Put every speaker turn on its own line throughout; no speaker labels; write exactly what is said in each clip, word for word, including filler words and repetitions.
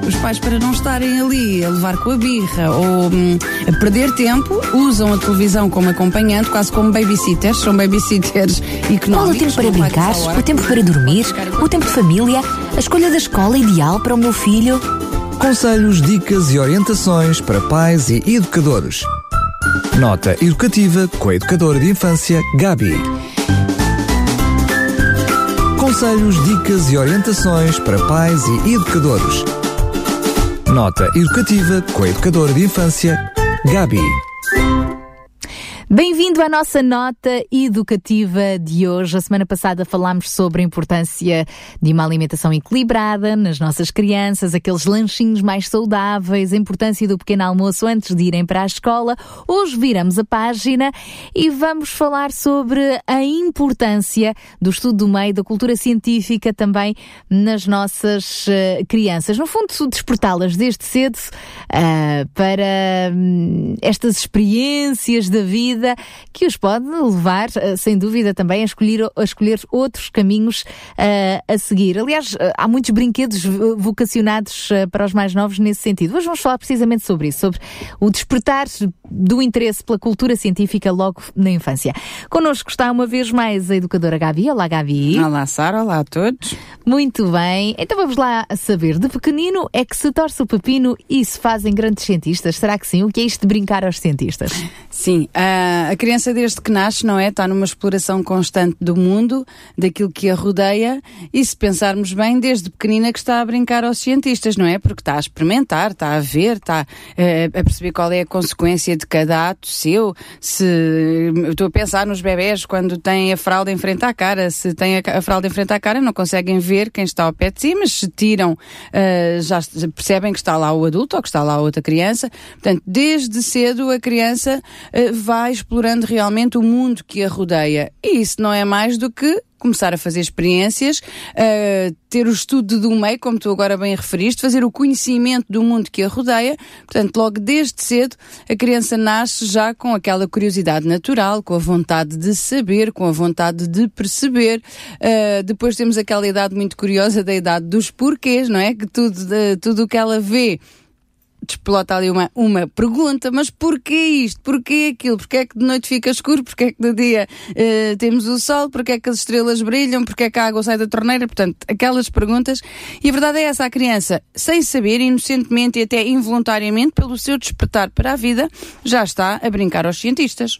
os pais, para não estarem ali a levar com a birra ou hum, a perder tempo, usam a televisão como acompanhante, quase como babysitters, são babysitters económicos.
Qual o tempo para brincar, o tempo para dormir, o tempo de família, a escolha da escola ideal para o meu filho?
Conselhos, dicas e orientações para pais e educadores. Nota educativa com a educadora de infância, Gabi. Conselhos, dicas e orientações para pais e educadores. Nota educativa com a educadora de infância, Gabi.
Bem-vindo à nossa nota educativa de hoje. A semana passada falámos sobre a importância de uma alimentação equilibrada nas nossas crianças, aqueles lanchinhos mais saudáveis, a importância do pequeno almoço antes de irem para a escola. Hoje viramos a página e vamos falar sobre a importância do estudo do meio, da cultura científica também nas nossas uh, crianças. No fundo, despertá-las desde cedo uh, para um, estas experiências da vida que os pode levar, sem dúvida, também a escolher, a escolher outros caminhos uh, a seguir. Aliás, há muitos brinquedos vocacionados uh, para os mais novos nesse sentido. Hoje vamos falar precisamente sobre isso, sobre o despertar do interesse pela cultura científica logo na infância. Connosco está uma vez mais a educadora Gabi. Olá, Gabi.
Olá, Sara. Olá a todos.
Muito bem. Então vamos lá saber. De pequenino é que se torce o pepino e se fazem grandes cientistas? Será que sim? O que é isto de brincar aos cientistas?
Sim. Uh... A criança desde que nasce, não é? Está numa exploração constante do mundo, daquilo que a rodeia, e se pensarmos bem, desde pequenina que está a brincar aos cientistas, não é? Porque está a experimentar, está a ver, está uh, a perceber qual é a consequência de cada ato seu. Se estou a pensar nos bebés quando têm a fralda em frente à cara, se têm a, a fralda em frente à cara não conseguem ver quem está ao pé de si, mas se tiram uh, já percebem que está lá o adulto ou que está lá outra criança. Portanto, desde cedo a criança uh, vai explorando realmente o mundo que a rodeia. E isso não é mais do que começar a fazer experiências, uh, ter o estudo do meio, como tu agora bem referiste, fazer o conhecimento do mundo que a rodeia. Portanto, logo desde cedo, a criança nasce já com aquela curiosidade natural, com a vontade de saber, com a vontade de perceber. Uh, depois temos aquela idade muito curiosa da idade dos porquês, não é? Que tudo, uh, tudo o que ela vê desplota ali uma, uma pergunta, mas porquê isto? Porquê aquilo? Porquê é que de noite fica escuro? Porquê é que de dia uh, temos o sol? Porquê é que as estrelas brilham? Porquê é que a água sai da torneira? Portanto, aquelas perguntas. E a verdade é essa, a criança, sem saber, inocentemente e até involuntariamente, pelo seu despertar para a vida, já está a brincar aos cientistas.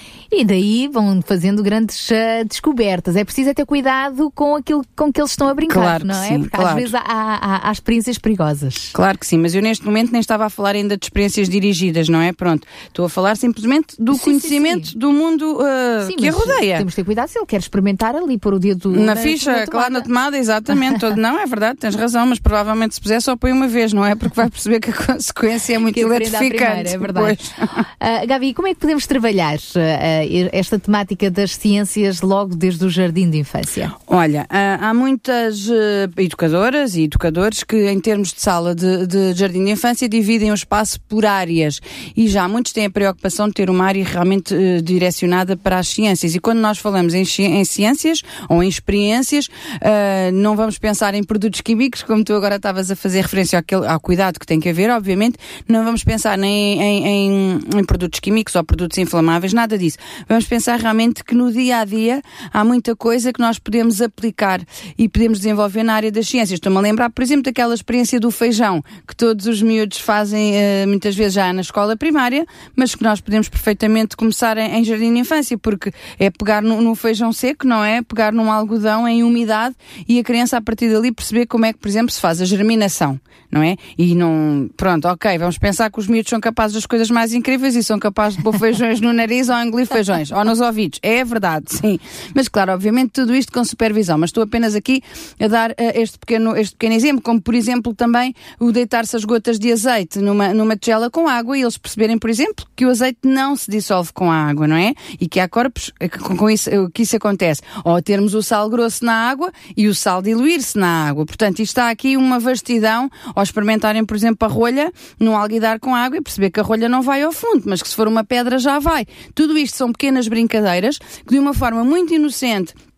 E daí vão fazendo grandes uh, descobertas. É preciso é ter cuidado com aquilo com que eles estão a brincar,
claro
não é?
Sim,
Porque
claro.
às vezes há, há, há experiências perigosas.
Claro que sim, mas eu neste momento nem estava a falar ainda de experiências dirigidas, não é? Pronto, estou a falar simplesmente do sim, conhecimento sim, sim. do mundo uh,
sim,
que a rodeia.
Temos de ter cuidado se ele quer experimentar ali, pôr o dedo
na,
na
ficha,
na
claro, na tomada, exatamente. Todo, não, é verdade, tens razão, mas provavelmente se puser só põe uma vez, não é? Porque vai perceber que a consequência é muito
que
eletrificante.
Primeira, é verdade. uh, Gabi, como é que podemos trabalhar uh, esta temática das ciências logo desde o jardim de infância?
Olha, há muitas uh, educadoras e educadores que, em termos de sala de, de jardim de infância, dividem o espaço por áreas, e já muitos têm a preocupação de ter uma área realmente uh, direcionada para as ciências. E quando nós falamos em, em ciências ou em experiências, uh, não vamos pensar em produtos químicos, como tu agora estavas a fazer referência àquele, ao cuidado que tem que haver, obviamente. Não vamos pensar nem em, em, em produtos químicos ou produtos inflamáveis, nada disso. Vamos pensar realmente que no dia a dia há muita coisa que nós podemos aplicar e podemos desenvolver na área das ciências. Estou-me a lembrar, por exemplo, daquela experiência do feijão, que todos os miúdos fazem uh, muitas vezes já na escola primária, mas que nós podemos perfeitamente começar em, em jardim de infância, porque é pegar no, no feijão seco, não é? Pegar num algodão em umidade e a criança a partir dali perceber como é que, por exemplo, se faz a germinação, não é? E não... Pronto, ok, vamos pensar que os miúdos são capazes das coisas mais incríveis e são capazes de pôr feijões no nariz ou a engolir feijões, ou nos ouvidos. É verdade, sim. Mas claro, obviamente tudo isto com supervisão, mas estou apenas aqui a dar uh, este, pequeno, este pequeno exemplo, como por exemplo também o deitar-se as gotas de azeite numa, numa tigela com água e eles perceberem, por exemplo, que o azeite não se dissolve com a água, não é? E que há corpos com, com isso, que isso acontece. Ou termos o sal grosso na água e o sal diluir-se na água. Portanto, isto está aqui uma vastidão, ou experimentarem, por exemplo, a rolha num alguidar com água e perceber que a rolha não vai ao fundo, mas que se for uma pedra já vai. Tudo isto são pequenas brincadeiras que de uma forma muito inocente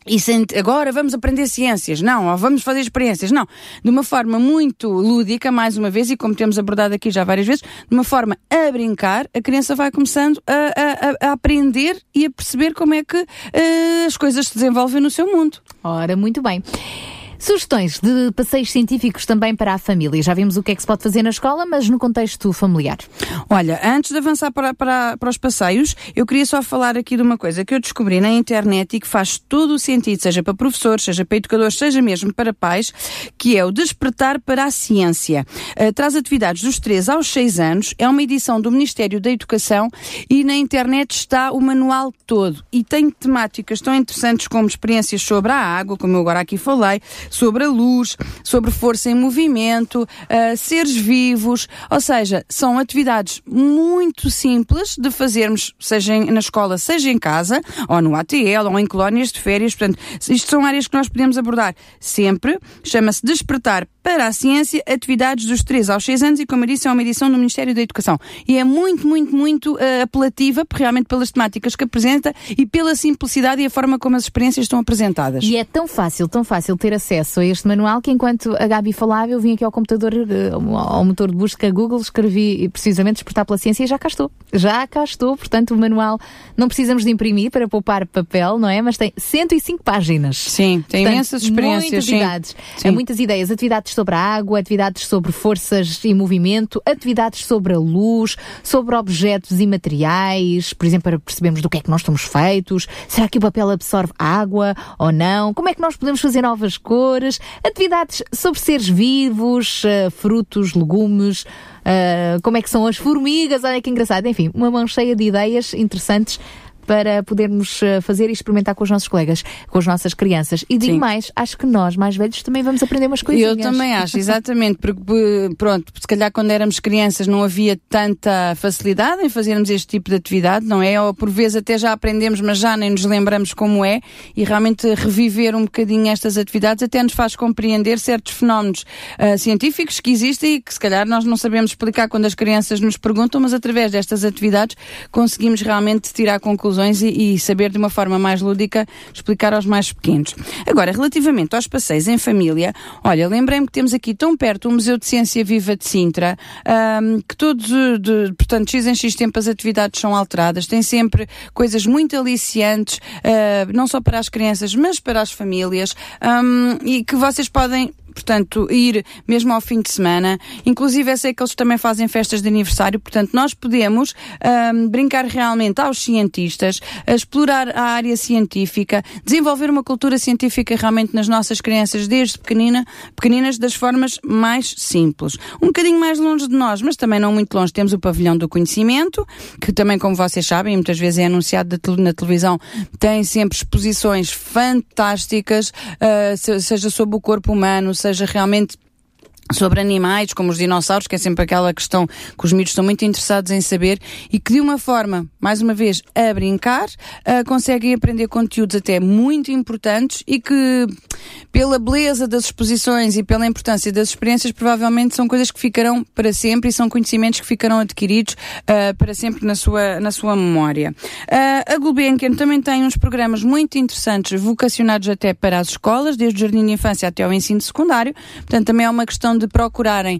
E sente, agora vamos aprender ciências, não, ou vamos fazer experiências, não. De uma forma muito lúdica, mais uma vez, e como temos abordado aqui já várias vezes, de uma forma a brincar, a criança vai começando a, a, a aprender e a perceber como é que uh, as coisas se desenvolvem no seu mundo.
Ora, muito bem. Sugestões de passeios científicos também para a família. Já vimos o que é que se pode fazer na escola, mas no contexto familiar.
Olha, antes de avançar para, para, para os passeios, eu queria só falar aqui de uma coisa que eu descobri na internet e que faz todo o sentido, seja para professores, seja para educadores, seja mesmo para pais, que é o Despertar para a Ciência. Uh, traz atividades dos três aos seis anos, é uma edição do Ministério da Educação e na internet está o manual todo. E tem temáticas tão interessantes como experiências sobre a água, como eu agora aqui falei, sobre a luz, sobre força em movimento, uh, seres vivos, ou seja, são atividades muito simples de fazermos, seja em, na escola, seja em casa, ou no A T L, ou em colónias de férias, portanto, isto são áreas que nós podemos abordar sempre, chama-se Despertar para a Ciência, atividades dos três aos seis anos e, como eu disse, é uma edição do Ministério da Educação. E é muito, muito, muito uh, apelativa, realmente pelas temáticas que apresenta e pela simplicidade e a forma como as experiências estão apresentadas.
E é tão fácil, tão fácil ter acesso a este manual que enquanto a Gabi falava, eu vim aqui ao computador, uh, ao motor de busca Google, escrevi precisamente Despertar pela Ciência e já cá estou. Já cá estou, portanto o manual não precisamos de imprimir para poupar papel, não é? Mas tem cento e cinco páginas.
Sim, tem portanto, imensas experiências. Muitas
atividades.
Sim.
Muitas ideias. Atividades sobre a água, atividades sobre forças e movimento, atividades sobre a luz, sobre objetos e materiais, por exemplo, para percebermos do que é que nós estamos feitos, será que o papel absorve água ou não, como é que nós podemos fazer novas cores, atividades sobre seres vivos, uh, frutos, legumes, uh, como é que são as formigas, olha que engraçado, enfim, uma mão cheia de ideias interessantes para podermos fazer e experimentar com os nossos colegas, com as nossas crianças. E digo Sim. mais, acho que nós, mais velhos, também vamos aprender umas coisinhas.
Eu também acho, exatamente, porque, pronto, se calhar quando éramos crianças não havia tanta facilidade em fazermos este tipo de atividade, não é? Ou por vezes até já aprendemos, mas já nem nos lembramos como é, e realmente reviver um bocadinho estas atividades até nos faz compreender certos fenómenos uh, científicos que existem e que se calhar nós não sabemos explicar quando as crianças nos perguntam, mas através destas atividades conseguimos realmente tirar conclusões E, e saber de uma forma mais lúdica explicar aos mais pequenos. Agora, relativamente aos passeios em família, olha, lembrei-me que temos aqui tão perto o Museu de Ciência Viva de Sintra, um, que todos, de, portanto, X em X tempo as atividades são alteradas, tem sempre coisas muito aliciantes, uh, não só para as crianças, mas para as famílias, um, e que vocês podem portanto, ir mesmo ao fim de semana. Inclusive, eu sei que eles também fazem festas de aniversário, portanto, nós podemos um, brincar realmente aos cientistas, a explorar a área científica, desenvolver uma cultura científica realmente nas nossas crianças desde pequenina, pequeninas, das formas mais simples. Um bocadinho mais longe de nós, mas também não muito longe, temos o Pavilhão do Conhecimento, que também, como vocês sabem, muitas vezes é anunciado na televisão, tem sempre exposições fantásticas, uh, seja sobre o corpo humano, seja realmente sobre animais, como os dinossauros, que é sempre aquela questão que os miúdos estão muito interessados em saber e que de uma forma, mais uma vez, a brincar, uh, conseguem aprender conteúdos até muito importantes e que, pela beleza das exposições e pela importância das experiências, provavelmente são coisas que ficarão para sempre e são conhecimentos que ficarão adquiridos uh, para sempre na sua, na sua memória. Uh, a Gulbenkian também tem uns programas muito interessantes, vocacionados até para as escolas, desde o jardim de infância até ao ensino secundário, portanto também é uma questão de procurarem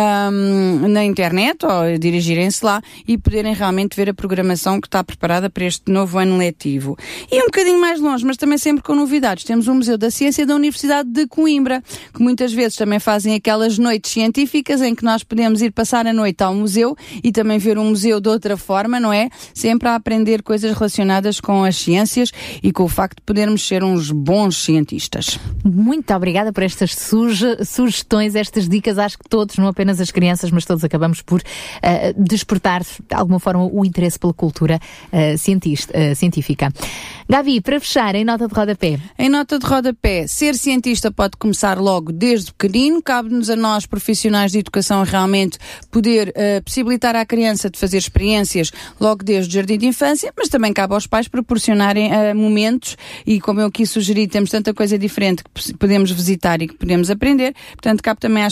um, na internet ou dirigirem-se lá e poderem realmente ver a programação que está preparada para este novo ano letivo. E um bocadinho mais longe, mas também sempre com novidades, temos o Museu da Ciência da Universidade de Coimbra, que muitas vezes também fazem aquelas noites científicas em que nós podemos ir passar a noite ao museu e também ver o museu de outra forma, não é? Sempre a aprender coisas relacionadas com as ciências e com o facto de podermos ser uns bons cientistas.
Muito obrigada por estas suge- sugestões, estas dicas. Acho que todos, não apenas as crianças, mas todos acabamos por uh, despertar de alguma forma o interesse pela cultura uh, cientista, uh, científica. Gabi, para fechar, em nota de rodapé.
Em nota de rodapé, ser cientista pode começar logo desde pequenino, cabe-nos a nós, profissionais de educação, realmente poder uh, possibilitar à criança de fazer experiências logo desde o jardim de infância, mas também cabe aos pais proporcionarem uh, momentos e, como eu aqui sugeri, temos tanta coisa diferente que podemos visitar e que podemos aprender, portanto cabe também às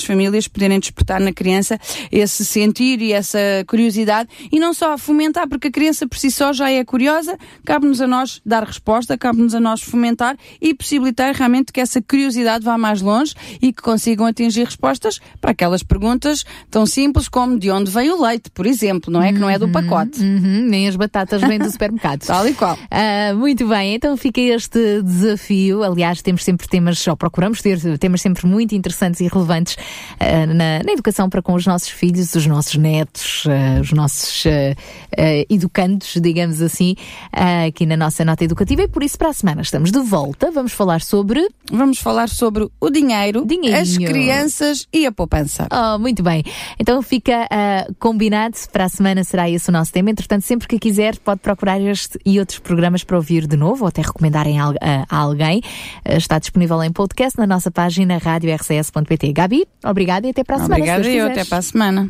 as famílias poderem despertar na criança esse sentir e essa curiosidade, e não só fomentar, porque a criança por si só já é curiosa, cabe-nos a nós dar resposta, cabe-nos a nós fomentar e possibilitar realmente que essa curiosidade vá mais longe e que consigam atingir respostas para aquelas perguntas tão simples como de onde vem o leite, por exemplo, não é? Que não é do pacote.
Uhum, nem as batatas vêm do supermercado.
Tal e qual.
Uh, muito bem, então fica este desafio. Aliás, temos sempre temas, ou procuramos ter temas sempre muito interessantes e relevantes uh, na, na educação para com os nossos filhos, os nossos netos, uh, os nossos uh, uh, educandos, digamos assim, uh, aqui na nossa nota educativa. E por isso, para a semana estamos de volta. Vamos falar sobre...
Vamos falar sobre o dinheiro,
Dinheirinho.
As crianças e a poupança.
Oh, muito bem. Então fica uh, combinado. Para a semana será esse o nosso tema. Entretanto, sempre que quiser, pode procurar este e outros programas para ouvir de novo ou até recomendarem a, a, a alguém. Uh, está disponível em podcast na nossa página rádio r c s ponto p t. Gabi, obrigada e até para a semana.
Obrigada e eu, até para a semana.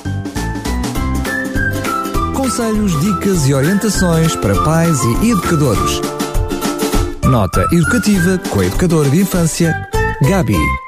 Conselhos, dicas e orientações para pais e educadores. Nota educativa com a educadora de infância, Gabi.